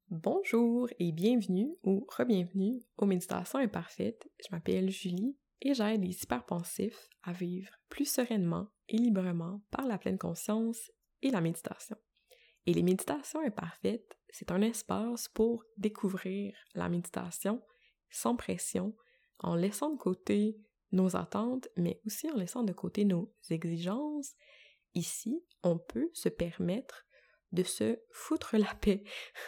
Bonjour et bienvenue ou re-bienvenue aux Méditations Imparfaites. Je m'appelle Julie et j'aide les hyperpensifs à vivre plus sereinement et librement par la pleine conscience et la méditation. Et les Méditations Imparfaites, c'est un espace pour découvrir la méditation sans pression, en laissant de côté nos attentes, mais aussi en laissant de côté nos exigences. Ici, on peut se permettre de se foutre la paix,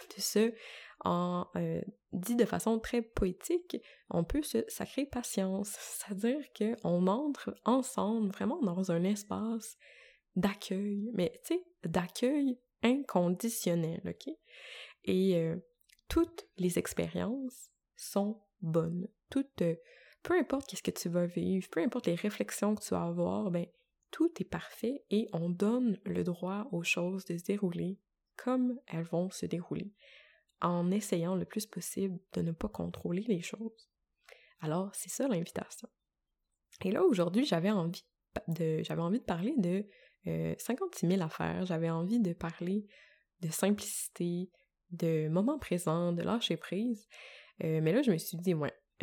dit de façon très poétique, on peut se sacrer patience, c'est-à-dire qu'on entre ensemble vraiment dans un espace d'accueil, mais tu sais, d'accueil inconditionnel, ok? Et toutes les expériences sont bonnes, peu importe qu'est-ce que tu vas vivre, peu importe les réflexions que tu vas avoir, ben tout est parfait et on donne le droit aux choses de se dérouler comme elles vont se dérouler, en essayant le plus possible de ne pas contrôler les choses. Alors, c'est ça l'invitation. Et là, aujourd'hui, j'avais envie de parler de 56 000 affaires, j'avais envie de parler de simplicité, de moment présent, de lâcher prise, mais là, je me suis dit,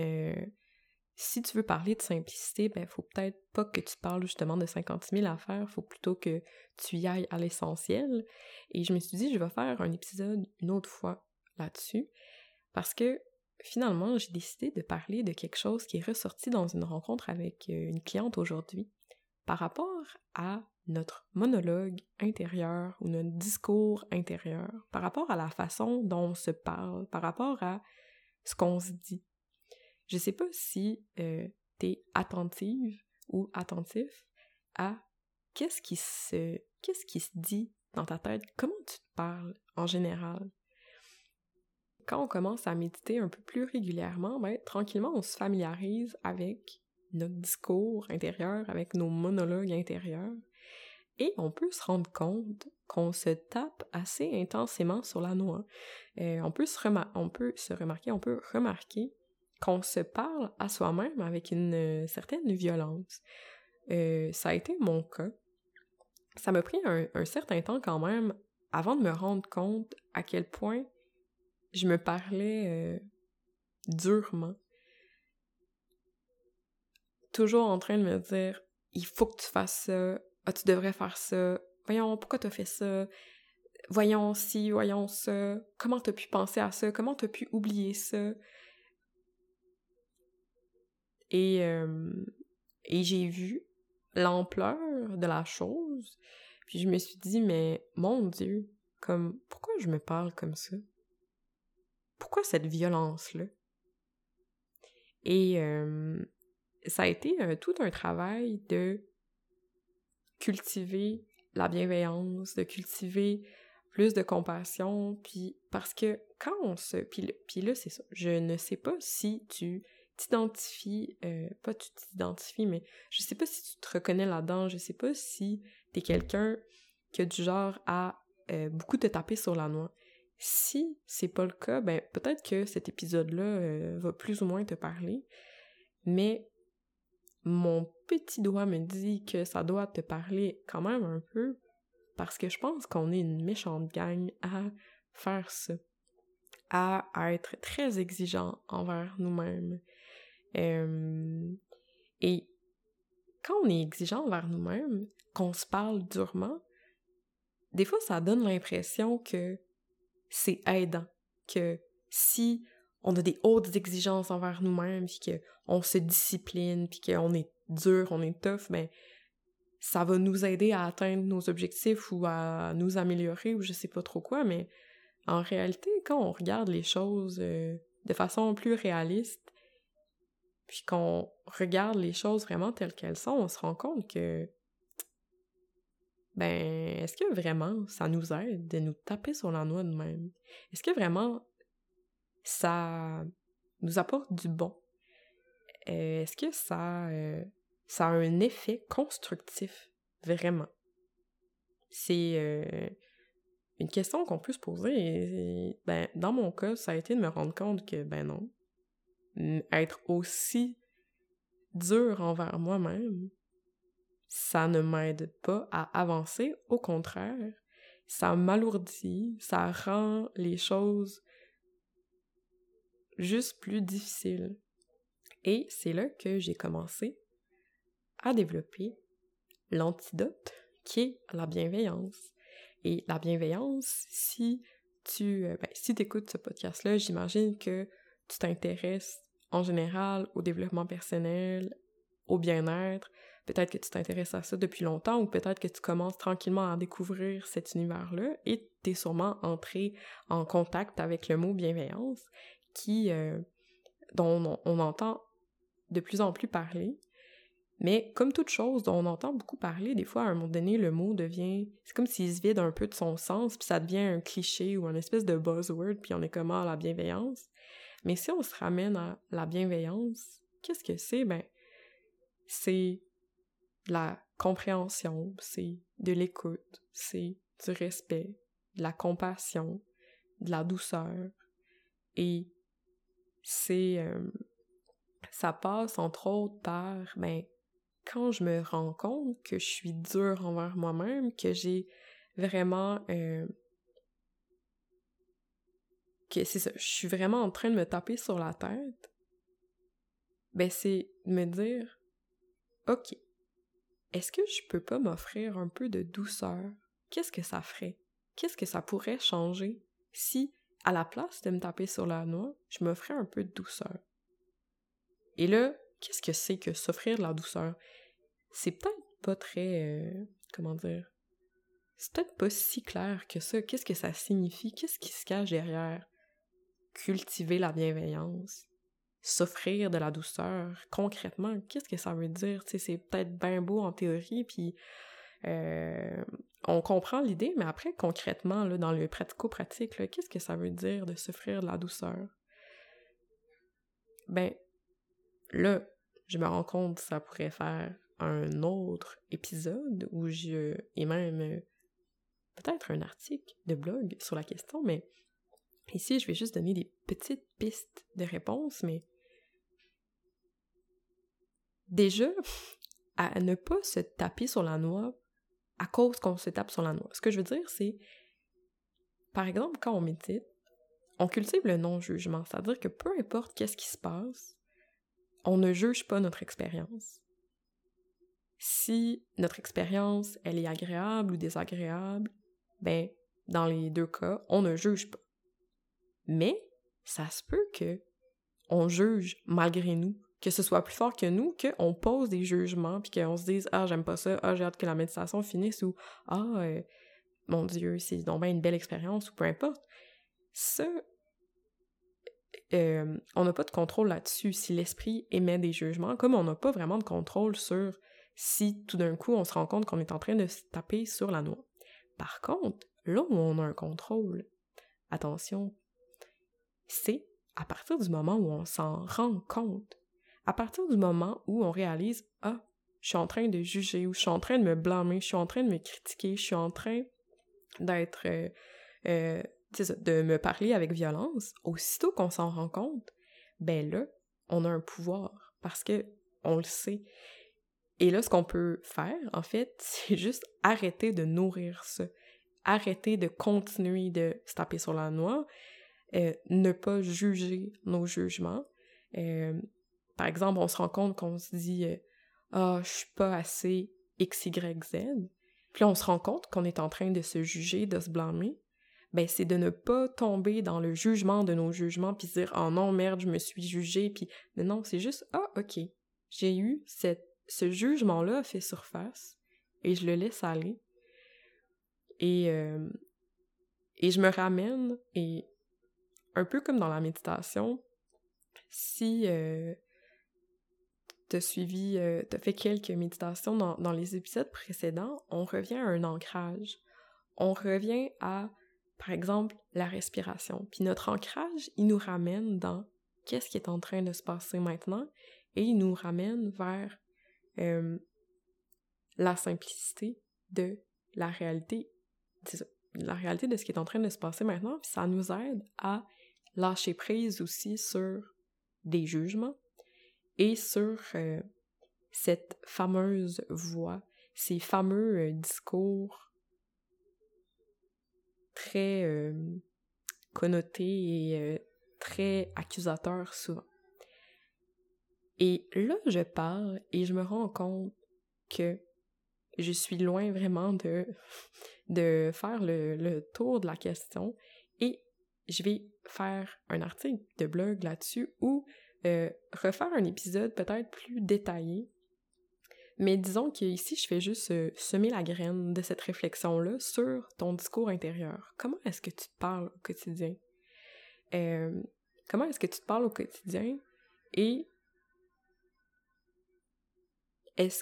si tu veux parler de simplicité, ben faut peut-être pas que tu parles justement de 56 000 affaires, faut plutôt que tu y ailles à l'essentiel. Et je me suis dit, je vais faire un épisode une autre fois là-dessus, parce que finalement, j'ai décidé de parler de quelque chose qui est ressorti dans une rencontre avec une cliente aujourd'hui, par rapport à notre monologue intérieur ou notre discours intérieur, par rapport à la façon dont on se parle, par rapport à ce qu'on se dit. Je sais pas si t'es attentive ou attentif à qu'est-ce qui se dit dans ta tête, comment tu te parles en général. Quand on commence à méditer un peu plus régulièrement, ben, tranquillement, on se familiarise avec notre discours intérieur, avec nos monologues intérieurs, et on peut se rendre compte qu'on se tape assez intensément sur la noix. On peut remarquer qu'on se parle à soi-même avec une certaine violence. Ça a été mon cas. Ça m'a pris un certain temps quand même avant de me rendre compte à quel point je me parlais durement. Toujours en train de me dire « Il faut que tu fasses ça. Ah, tu devrais faire ça. Voyons, pourquoi t'as fait ça? Voyons ci, voyons ça. Comment t'as pu penser à ça? Comment t'as pu oublier ça? » Et j'ai vu l'ampleur de la chose, puis je me suis dit, mais mon Dieu, pourquoi je me parle comme ça? Pourquoi cette violence-là? Et ça a été tout un travail de cultiver la bienveillance, de cultiver plus de compassion, puis parce que quand on se... Puis là, c'est ça, je ne sais pas si tu t'identifies, mais je sais pas si tu te reconnais là-dedans, je sais pas si t'es quelqu'un qui a du genre à beaucoup te taper sur la noix. Si c'est pas le cas, ben peut-être que cet épisode-là va plus ou moins te parler, mais mon petit doigt me dit que ça doit te parler quand même un peu, parce que je pense qu'on est une méchante gang à faire ça, à être très exigeant envers nous-mêmes. Et quand on est exigeant envers nous-mêmes, qu'on se parle durement, des fois ça donne l'impression que c'est aidant, que si on a des hautes exigences envers nous-mêmes, puis qu'on se discipline, puis qu'on est dur, on est tough, ben ça va nous aider à atteindre nos objectifs ou à nous améliorer ou je sais pas trop quoi, mais en réalité, quand on regarde les choses de façon plus réaliste, puis qu'on regarde les choses vraiment telles qu'elles sont, on se rend compte que est-ce que vraiment ça nous aide de nous taper sur la noix de même? Est-ce que vraiment ça nous apporte du bon? Est-ce que ça a un effet constructif, vraiment? C'est une question qu'on peut se poser et dans mon cas, ça a été de me rendre compte que non. Être aussi dur envers moi-même, ça ne m'aide pas à avancer, au contraire, ça m'alourdit, ça rend les choses juste plus difficile. Et c'est là que j'ai commencé à développer l'antidote qui est la bienveillance. Et la bienveillance, si tu écoutes ce podcast-là, j'imagine que tu t'intéresses en général au développement personnel, au bien-être. Peut-être que tu t'intéresses à ça depuis longtemps ou peut-être que tu commences tranquillement à découvrir cet univers-là et tu es sûrement entré en contact avec le mot bienveillance dont on entend de plus en plus parler. Mais comme toute chose dont on entend beaucoup parler, des fois, à un moment donné, le mot devient... C'est comme s'il se vide un peu de son sens, puis ça devient un cliché ou une espèce de buzzword, puis on est comme la bienveillance. Mais si on se ramène à la bienveillance, qu'est-ce que c'est? Ben, c'est de la compréhension, c'est de l'écoute, c'est du respect, de la compassion, de la douceur. Et c'est... ça passe, entre autres, par... Ben, quand je me rends compte que je suis dure envers moi-même, que j'ai vraiment... que c'est ça, je suis vraiment en train de me taper sur la tête, ben c'est me dire, OK, est-ce que je peux pas m'offrir un peu de douceur? Qu'est-ce que ça ferait? Qu'est-ce que ça pourrait changer si, à la place de me taper sur la noix, je m'offrais un peu de douceur? Et là, qu'est-ce que c'est que s'offrir de la douceur? C'est peut-être pas très... comment dire? C'est peut-être pas si clair que ça. Qu'est-ce que ça signifie? Qu'est-ce qui se cache derrière? Cultiver la bienveillance. S'offrir de la douceur. Concrètement, qu'est-ce que ça veut dire? Tu sais, c'est peut-être bien beau en théorie, puis on comprend l'idée, mais après, concrètement, là, dans le pratico-pratique, là, qu'est-ce que ça veut dire de s'offrir de la douceur? Ben, là, je me rends compte que ça pourrait faire un autre épisode où et même peut-être un article de blog sur la question, mais ici, je vais juste donner des petites pistes de réponse, mais déjà, à ne pas se taper sur la noix à cause qu'on se tape sur la noix. Ce que je veux dire, c'est, par exemple, quand on médite, on cultive le non-jugement, c'est-à-dire que peu importe qu'est-ce qui se passe, on ne juge pas notre expérience. Si notre expérience, elle est agréable ou désagréable, ben, dans les deux cas, on ne juge pas. Mais, ça se peut que on juge malgré nous, que ce soit plus fort que nous, qu'on pose des jugements, puis qu'on se dise « Ah, j'aime pas ça, ah, j'ai hâte que la méditation finisse » ou « Ah, mon Dieu, c'est donc bien une belle expérience » ou peu importe. Ça, on n'a pas de contrôle là-dessus si l'esprit émet des jugements, comme on n'a pas vraiment de contrôle sur si tout d'un coup on se rend compte qu'on est en train de se taper sur la noix. Par contre, là où on a un contrôle, attention, c'est à partir du moment où on s'en rend compte, à partir du moment où on réalise « Ah, je suis en train de juger » ou « Je suis en train de me blâmer, je suis en train de me critiquer, je suis en train d'être... de me parler avec violence », aussitôt qu'on s'en rend compte, ben là, on a un pouvoir, parce que on le sait. Et là, ce qu'on peut faire, en fait, c'est juste arrêter de nourrir ça, arrêter de continuer de se taper sur la noix, ne pas juger nos jugements. Par exemple, on se rend compte qu'on se dit « Ah, je suis pas assez X, Y, Z », puis là, on se rend compte qu'on est en train de se juger, de se blâmer. Ben, c'est de ne pas tomber dans le jugement de nos jugements, puis se dire « Oh non, merde, je me suis jugée », puis non, c'est juste « Ah, ok, j'ai eu ce jugement-là a fait surface, et je le laisse aller. » Et je me ramène, et un peu comme dans la méditation, si t'as fait quelques méditations dans les épisodes précédents, on revient à un ancrage. On revient à, par exemple, la respiration. Puis notre ancrage, il nous ramène dans qu'est-ce qui est en train de se passer maintenant, et il nous ramène vers la simplicité de la réalité. C'est ça, la réalité de ce qui est en train de se passer maintenant, puis ça nous aide à lâcher prise aussi sur des jugements et sur cette fameuse voix, ces fameux discours très connotés et très accusateur souvent. Et là, je parle et je me rends compte que je suis loin vraiment de faire le tour de la question et je vais faire un article de blog là-dessus ou refaire un épisode peut-être plus détaillé. Mais disons qu'ici, je fais juste semer la graine de cette réflexion-là sur ton discours intérieur. Comment est-ce que tu te parles au quotidien? Comment est-ce que tu te parles au quotidien? Et est-ce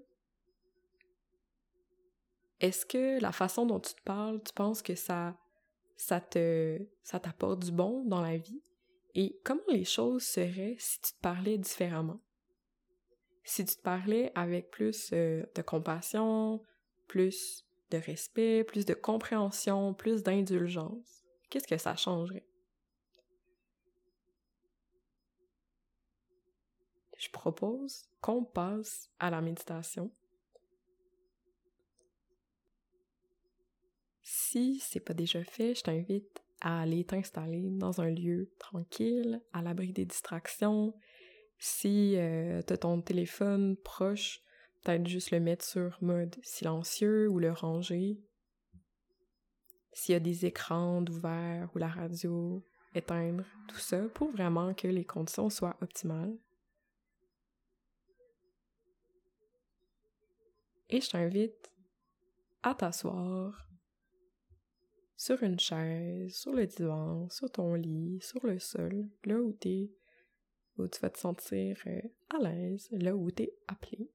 que la façon dont tu te parles, tu penses que ça t'apporte du bon dans la vie? Et comment les choses seraient si tu te parlais différemment? Si tu te parlais avec plus de compassion, plus de respect, plus de compréhension, plus d'indulgence, qu'est-ce que ça changerait? Je propose qu'on passe à la méditation. Si c'est pas déjà fait, je t'invite à aller t'installer dans un lieu tranquille, à l'abri des distractions. Si t'as ton téléphone proche, peut-être juste le mettre sur mode silencieux ou le ranger. S'il y a des écrans ouverts ou la radio, éteindre tout ça pour vraiment que les conditions soient optimales. Et je t'invite à t'asseoir sur une chaise, sur le divan, sur ton lit, sur le sol, là où tu vas te sentir à l'aise, là où t'es appelé.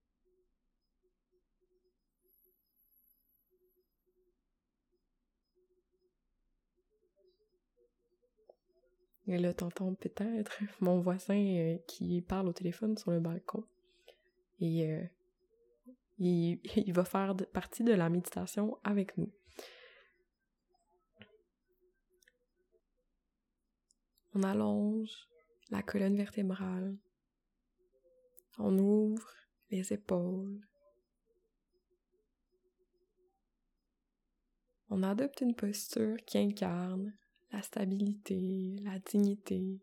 Et là, t'entends peut-être mon voisin qui parle au téléphone sur le balcon. Et il va faire partie de la méditation avec nous. On allonge la colonne vertébrale. On ouvre les épaules. On adopte une posture qui incarne la stabilité, la dignité.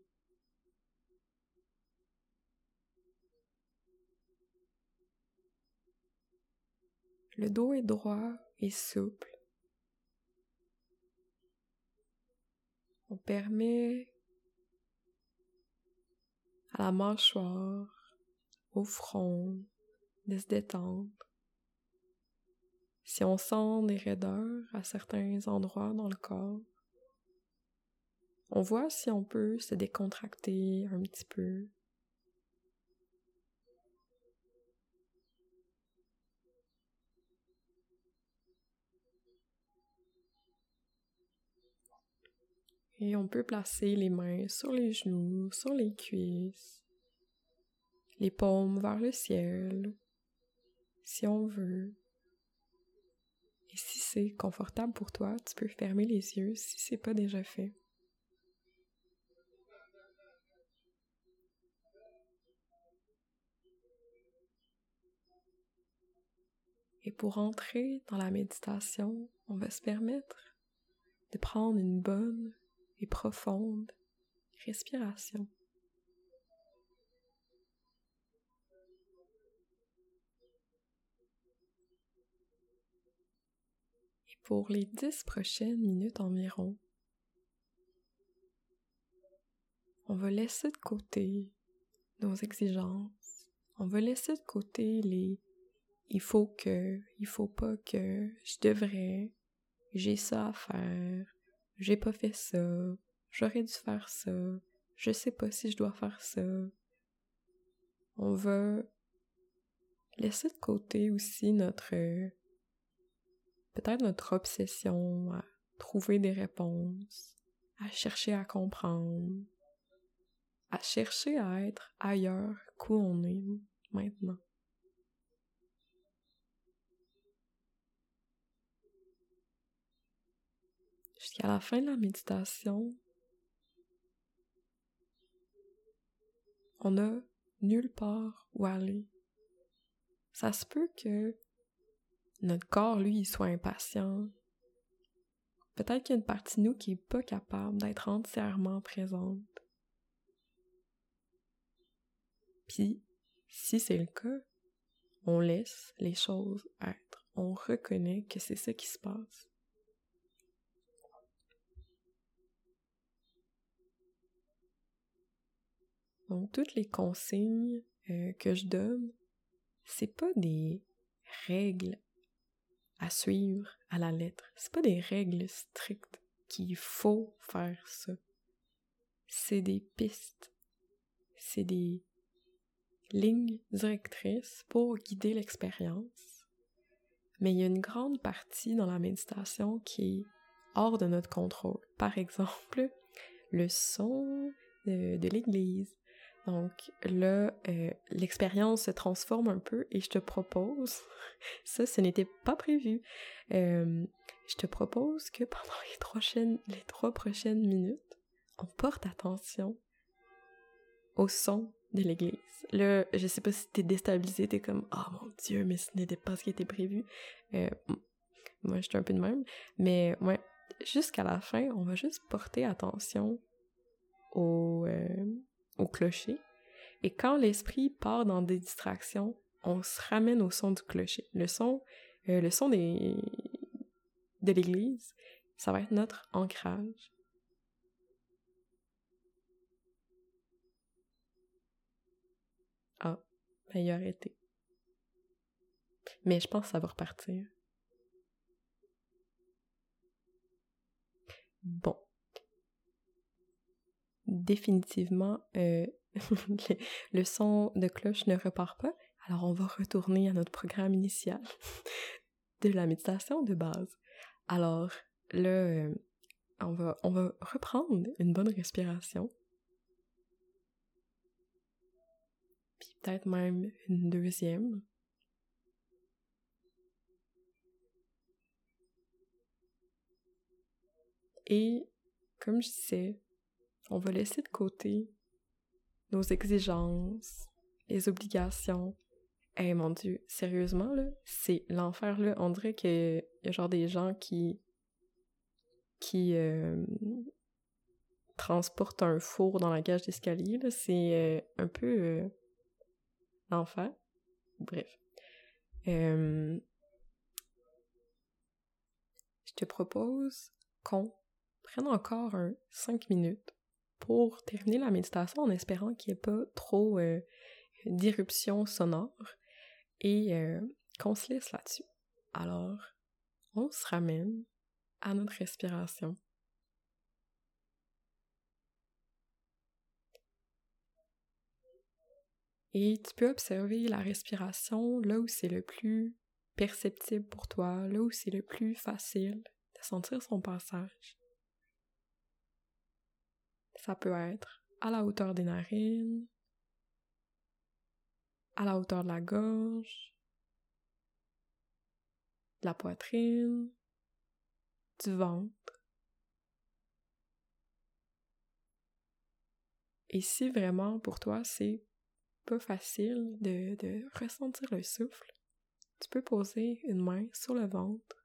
Le dos est droit et souple. On permet à la mâchoire, au front, de se détendre. Si on sent des raideurs à certains endroits dans le corps, on voit si on peut se décontracter un petit peu. Et on peut placer les mains sur les genoux, sur les cuisses, les paumes vers le ciel, si on veut. Et si c'est confortable pour toi, tu peux fermer les yeux si c'est pas déjà fait. Et pour entrer dans la méditation, on va se permettre de prendre une bonne et profonde respiration. Et pour les 10 prochaines minutes environ, on va laisser de côté nos exigences. On va laisser de côté les il faut que, il faut pas que, je devrais, j'ai ça à faire, j'ai pas fait ça, j'aurais dû faire ça, je sais pas si je dois faire ça. On va laisser de côté aussi peut-être notre obsession à trouver des réponses, à chercher à comprendre, à chercher à être ailleurs qu'où on est maintenant. Jusqu'à la fin de la méditation, on n'a nulle part où aller. Ça se peut que notre corps, lui, il soit impatient. Peut-être qu'il y a une partie de nous qui n'est pas capable d'être entièrement présente. Puis, si c'est le cas, on laisse les choses être. On reconnaît que c'est ça qui se passe. Donc, toutes les consignes que je donne, c'est pas des règles à suivre à la lettre. C'est pas des règles strictes qu'il faut faire ça. C'est des pistes. C'est des lignes directrices pour guider l'expérience. Mais il y a une grande partie dans la méditation qui est hors de notre contrôle. Par exemple, le son de l'église. Donc là, l'expérience se transforme un peu et je te propose, ça, ce n'était pas prévu, je te propose que pendant les 3 prochaines minutes, on porte attention au son de l'église. Là, je sais pas si t'es déstabilisé, t'es comme « Oh mon Dieu, mais ce n'était pas ce qui était prévu. » Moi, j'étais un peu de même. Mais ouais, jusqu'à la fin, on va juste porter attention au clocher. Et quand l'esprit part dans des distractions, on se ramène au son du clocher. Le son de l'église, ça va être notre ancrage. Ah, ben il a arrêté. Mais je pense que ça va repartir. Bon. Définitivement, le son de cloche ne repart pas, alors on va retourner à notre programme initial de la méditation de base. Alors là, on va reprendre une bonne respiration, puis peut-être même une deuxième. Et comme je disais, on va laisser de côté nos exigences, les obligations. Eh mon Dieu, sérieusement, là, c'est l'enfer, là. On dirait qu'il y a genre des gens qui transportent un four dans la cage d'escalier, là. C'est un peu l'enfer. Bref. Je te propose qu'on prenne encore 5 minutes pour terminer la méditation en espérant qu'il n'y ait pas trop d'irruptions sonores et qu'on se laisse là-dessus. Alors, on se ramène à notre respiration. Et tu peux observer la respiration là où c'est le plus perceptible pour toi, là où c'est le plus facile de sentir son passage. Ça peut être à la hauteur des narines, à la hauteur de la gorge, de la poitrine, du ventre. Et si vraiment pour toi c'est pas facile de ressentir le souffle, tu peux poser une main sur le ventre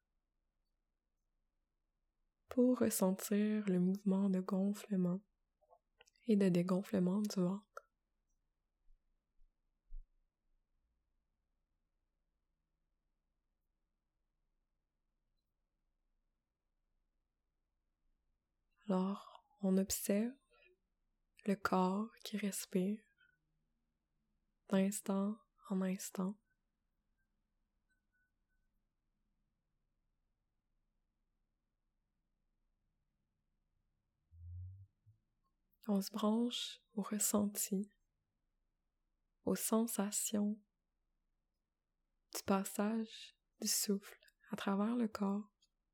pour ressentir le mouvement de gonflement et de dégonflement du ventre. Alors, on observe le corps qui respire d'instant en instant. On se branche au ressenti, aux sensations du passage du souffle à travers le corps.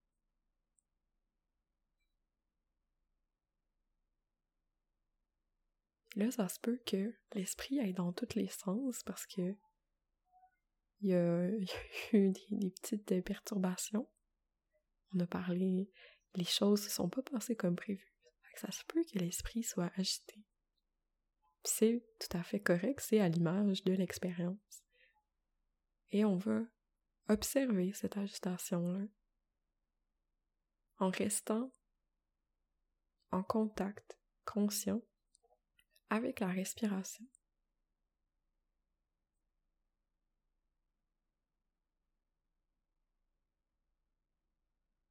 Là, ça se peut que l'esprit aille dans tous les sens parce que il y a eu des petites perturbations. On a parlé, les choses ne se sont pas passées comme prévu. Ça se peut que l'esprit soit agité. Puis c'est tout à fait correct, c'est à l'image de l'expérience. Et on va observer cette agitation-là en restant en contact conscient avec la respiration.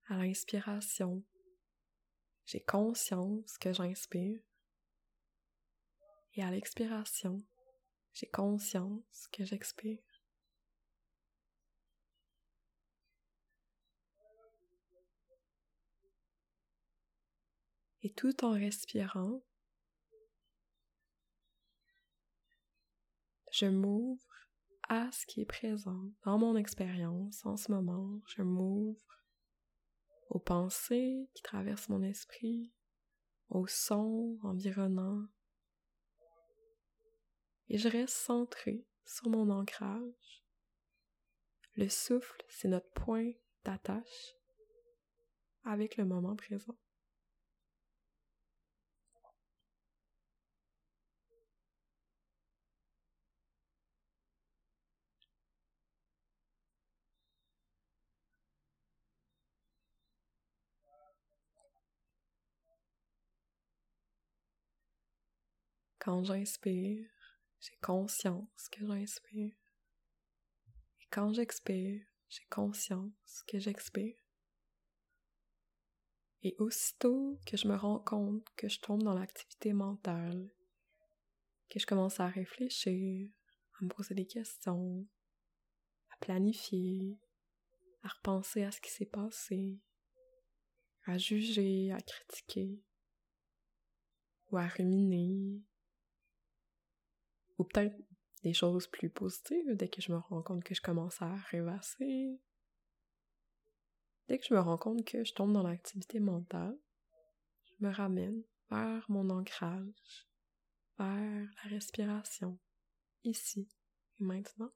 À l'inspiration, j'ai conscience que j'inspire. Et à l'expiration, j'ai conscience que j'expire. Et tout en respirant, je m'ouvre à ce qui est présent dans mon expérience en ce moment. Je m'ouvre aux pensées qui traversent mon esprit, aux sons environnants. Et je reste centrée sur mon ancrage. Le souffle, c'est notre point d'attache avec le moment présent. Quand j'inspire, j'ai conscience que j'inspire. Et quand j'expire, j'ai conscience que j'expire. Et aussitôt que je me rends compte que je tombe dans l'activité mentale, que je commence à réfléchir, à me poser des questions, à planifier, à repenser à ce qui s'est passé, à juger, à critiquer, ou à ruminer, ou peut-être des choses plus positives dès que je me rends compte que je commence à rêvasser. Dès que je me rends compte que je tombe dans l'activité mentale, je me ramène vers mon ancrage, vers la respiration, ici et maintenant.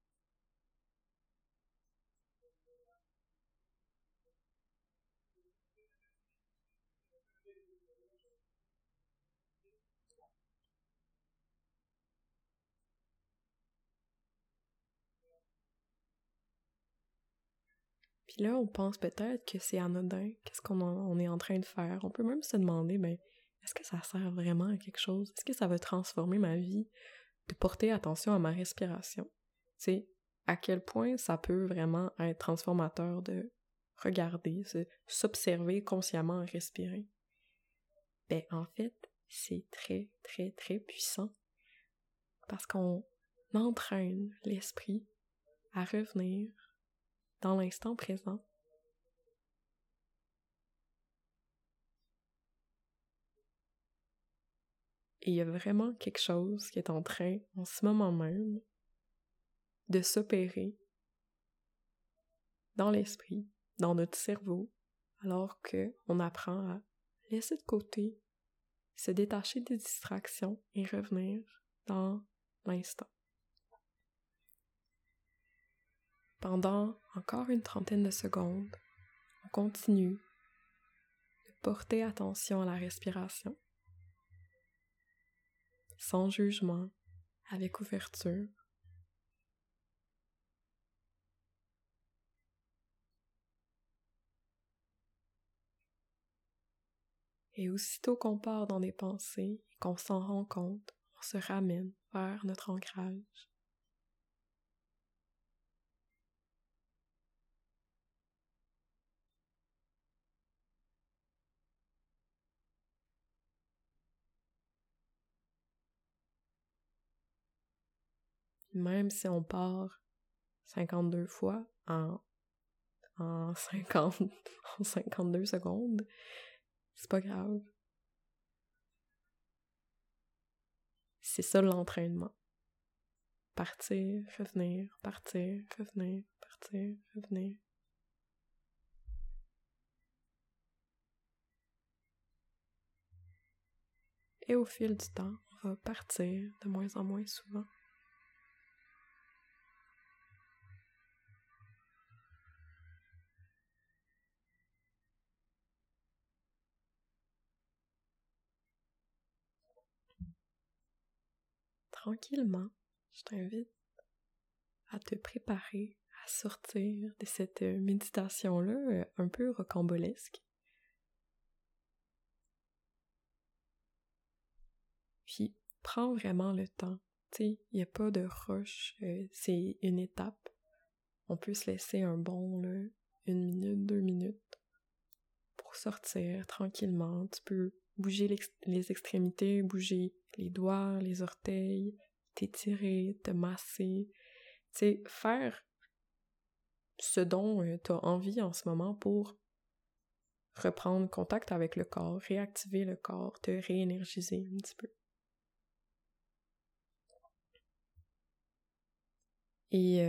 Puis là, on pense peut-être que c'est anodin, qu'est-ce on est en train de faire. On peut même se demander, est-ce que ça sert vraiment à quelque chose? Est-ce que ça va transformer ma vie de porter attention à ma respiration? Tu sais, à quel point ça peut vraiment être transformateur de regarder, s'observer consciemment respirer? En fait, c'est très, très, très puissant parce qu'on entraîne l'esprit à revenir dans l'instant présent. Et il y a vraiment quelque chose qui est en train, en ce moment même, de s'opérer dans l'esprit, dans notre cerveau, alors qu'on apprend à laisser de côté, se détacher des distractions et revenir dans l'instant. Pendant encore une trentaine de secondes, on continue de porter attention à la respiration, sans jugement, avec ouverture. Et aussitôt qu'on part dans des pensées et qu'on s'en rend compte, on se ramène vers notre ancrage. Même si on part 52 fois en 50, en 52 secondes, c'est pas grave. C'est ça l'entraînement. Partir, revenir, partir, revenir, partir, revenir. Et au fil du temps, on va partir de moins en moins souvent. Tranquillement, je t'invite à te préparer à sortir de cette méditation-là un peu rocambolesque. Puis, prends vraiment le temps. Tu sais, il n'y a pas de rush, c'est une étape. On peut se laisser un bon, 1 minute, 2 minutes, pour sortir tranquillement. Tu peux bouger les extrémités, bouger les doigts, les orteils, t'étirer, te masser. Tu sais, faire ce dont tu as envie en ce moment pour reprendre contact avec le corps, réactiver le corps, te réénergiser un petit peu. Et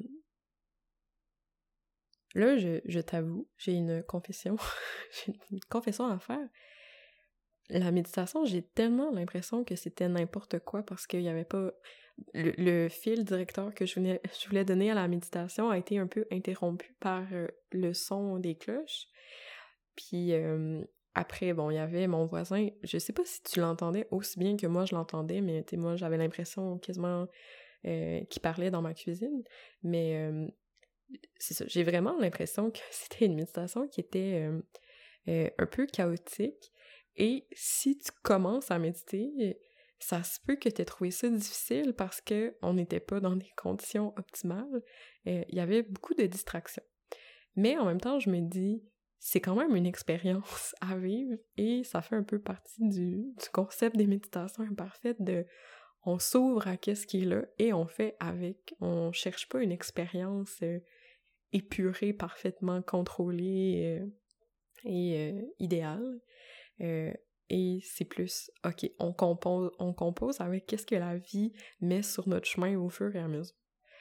là, je t'avoue, j'ai une confession. J'ai une confession à faire. La méditation, j'ai tellement l'impression que c'était n'importe quoi parce qu'il n'y avait pas... Le fil directeur que je voulais donner à la méditation a été un peu interrompu par le son des cloches. Puis après, bon, il y avait mon voisin, je sais pas si tu l'entendais aussi bien que moi je l'entendais, mais moi j'avais l'impression quasiment qu'il parlait dans ma cuisine. Mais c'est ça, j'ai vraiment l'impression que c'était une méditation qui était un peu chaotique. Et si tu commences à méditer, ça se peut que tu aies trouvé ça difficile parce qu'on n'était pas dans des conditions optimales. Il y avait beaucoup de distractions. Mais en même temps, je me dis, c'est quand même une expérience à vivre et ça fait un peu partie du concept des méditations imparfaites de on s'ouvre à qu'est-ce qui est là et on fait avec. On cherche pas une expérience épurée, parfaitement contrôlée et idéale. Et c'est plus, ok, on compose avec qu'est-ce que la vie met sur notre chemin au fur et à mesure.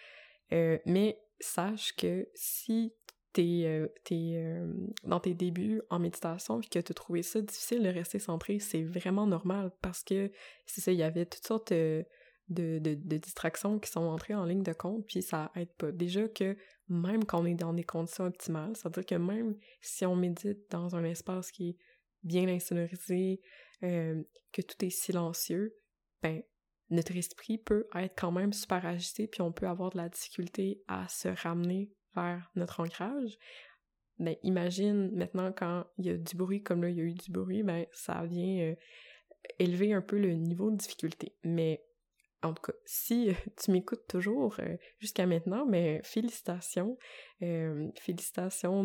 Mais sache que si t'es dans tes débuts en méditation et que t'as trouvé ça difficile de rester centré, c'est vraiment normal parce que, c'est ça, il y avait toutes sortes de distractions qui sont entrées en ligne de compte, puis ça aide pas. Déjà que même quand on est dans des conditions optimales, c'est-à-dire que même si on médite dans un espace qui est bien insonorisé, que tout est silencieux, ben notre esprit peut être quand même super agité, puis on peut avoir de la difficulté à se ramener vers notre ancrage. Ben, imagine maintenant quand il y a du bruit, comme là il y a eu du bruit, ben ça vient élever un peu le niveau de difficulté. Mais en tout cas, si tu m'écoutes toujours jusqu'à maintenant, ben félicitations. Félicitations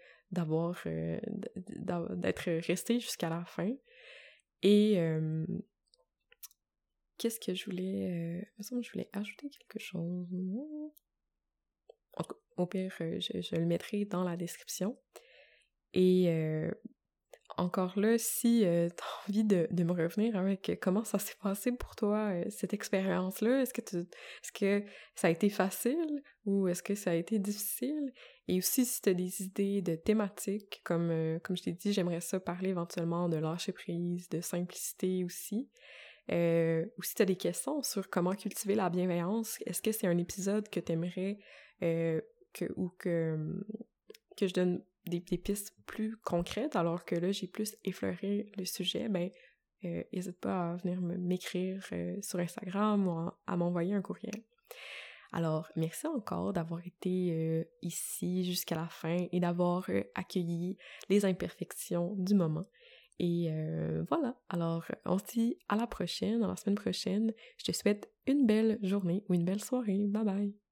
d'être resté jusqu'à la fin. Et qu'est-ce que je voulais... il me semble que je voulais ajouter quelque chose. En tout cas, au pire, je le mettrai dans la description. Et encore là, si t'as envie de me revenir avec comment ça s'est passé pour toi, cette expérience-là, est-ce que ça a été facile ou est-ce que ça a été difficile? Et aussi, si t'as des idées de thématiques, comme je t'ai dit, j'aimerais ça parler éventuellement de lâcher-prise, de simplicité aussi. Ou si t'as des questions sur comment cultiver la bienveillance, est-ce que c'est un épisode que t'aimerais que je donne des pistes plus concrètes, alors que là, j'ai plus effleuré le sujet, ben, n'hésite pas à venir m'écrire sur Instagram ou à m'envoyer un courriel. Alors, merci encore d'avoir été ici jusqu'à la fin et d'avoir accueilli les imperfections du moment. Et voilà, alors on se dit à la semaine prochaine. Je te souhaite une belle journée ou une belle soirée. Bye bye!